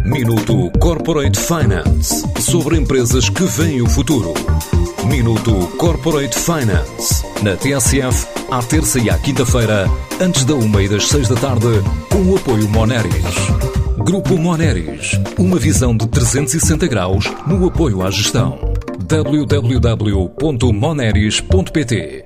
Minuto Corporate Finance, sobre empresas que veem o futuro. Minuto Corporate Finance, na TSF, à terça e à quinta-feira, antes da 1h e das 6 da tarde, com o apoio Moneris. Grupo Moneris, uma visão de 360 graus no apoio à gestão. www.moneris.pt.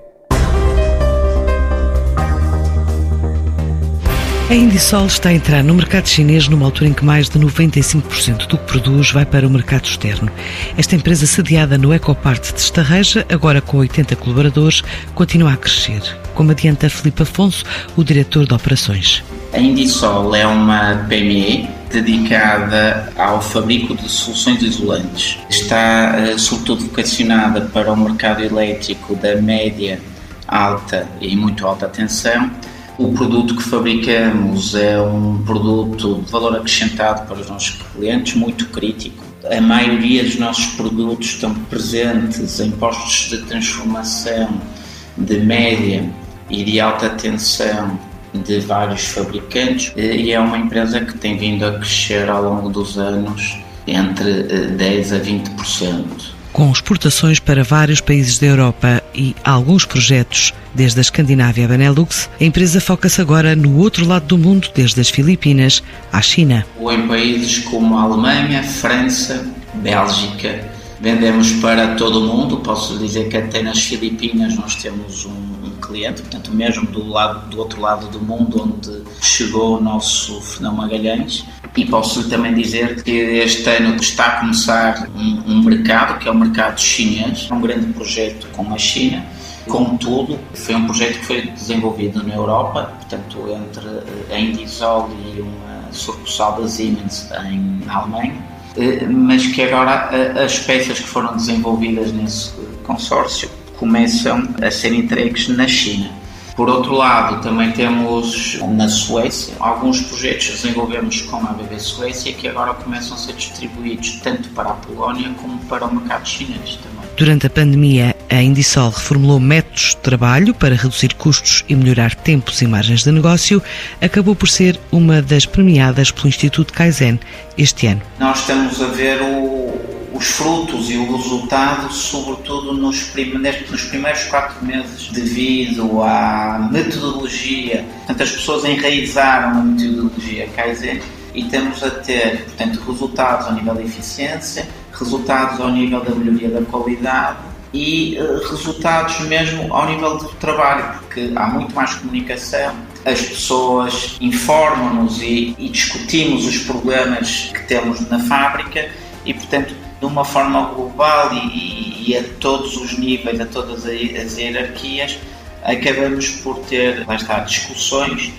A Indisol está a entrar no mercado chinês numa altura em que mais de 95% do que produz vai para o mercado externo. Esta empresa, sediada no Ecopart de Estarreja, agora com 80 colaboradores, continua a crescer, como adianta Filipe Afonso, o diretor de operações. A Indisol é uma PME dedicada ao fabrico de soluções isolantes. Está sobretudo vocacionada para o mercado elétrico da média, alta e muito alta tensão. O produto que fabricamos é um produto de valor acrescentado para os nossos clientes, muito crítico. A maioria dos nossos produtos estão presentes em postos de transformação de média e de alta tensão de vários fabricantes, e é uma empresa que tem vindo a crescer ao longo dos anos entre 10% a 20%. Com exportações para vários países da Europa e alguns projetos desde a Escandinávia a Benelux, a empresa foca-se agora no outro lado do mundo, desde as Filipinas à China. Em países como a Alemanha, França, Bélgica, vendemos para todo o mundo. Posso dizer que até nas Filipinas nós temos um cliente, portanto mesmo do outro lado do mundo onde chegou o nosso Fernão Magalhães. E posso também dizer que este ano está a começar um mercado, que é o mercado chinês, um grande projeto com a China. Contudo, foi um projeto que foi desenvolvido na Europa, portanto entre a Indisol e uma sucursal da Siemens na Alemanha, mas que agora as peças que foram desenvolvidas nesse consórcio começam a ser entregues na China. Por outro lado, também temos na Suécia alguns projetos que desenvolvemos com a ABB Suécia que agora começam a ser distribuídos tanto para a Polónia como para o mercado chinês também. Durante a pandemia, a Indisol reformulou métodos de trabalho para reduzir custos e melhorar tempos e margens de negócio. Acabou por ser uma das premiadas pelo Instituto Kaizen este ano. Nós estamos a ver os frutos e o resultado, sobretudo nos primeiros 4 meses, devido à metodologia. Portanto, as pessoas enraizaram a metodologia Kaizen e estamos a ter, portanto, resultados ao nível de eficiência, resultados ao nível da melhoria da qualidade e resultados mesmo ao nível do trabalho, porque há muito mais comunicação, as pessoas informam-nos e discutimos os problemas que temos na fábrica e, portanto, de uma forma global e a todos os níveis, a todas as hierarquias, acabamos por ter, discussões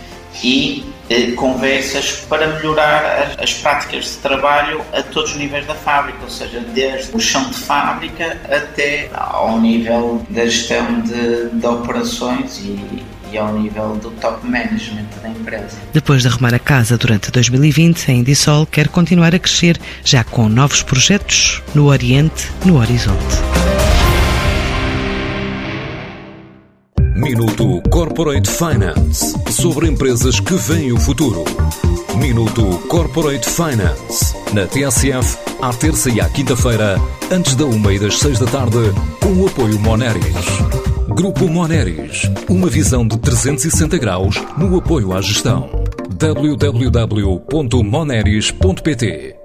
e conversas para melhorar as práticas de trabalho a todos os níveis da fábrica, ou seja, desde o chão de fábrica até ao nível da gestão de operações e ao nível do top management da empresa. Depois de arrumar a casa durante 2020, a Indisol quer continuar a crescer, já com novos projetos no Oriente, no horizonte. Minuto Corporate Finance, sobre empresas que veem o futuro. Minuto Corporate Finance, na TSF, à terça e à quinta-feira, antes da 1h e das 6 da tarde, com o apoio Moneris. Grupo Moneris, uma visão de 360 graus no apoio à gestão. www.moneris.pt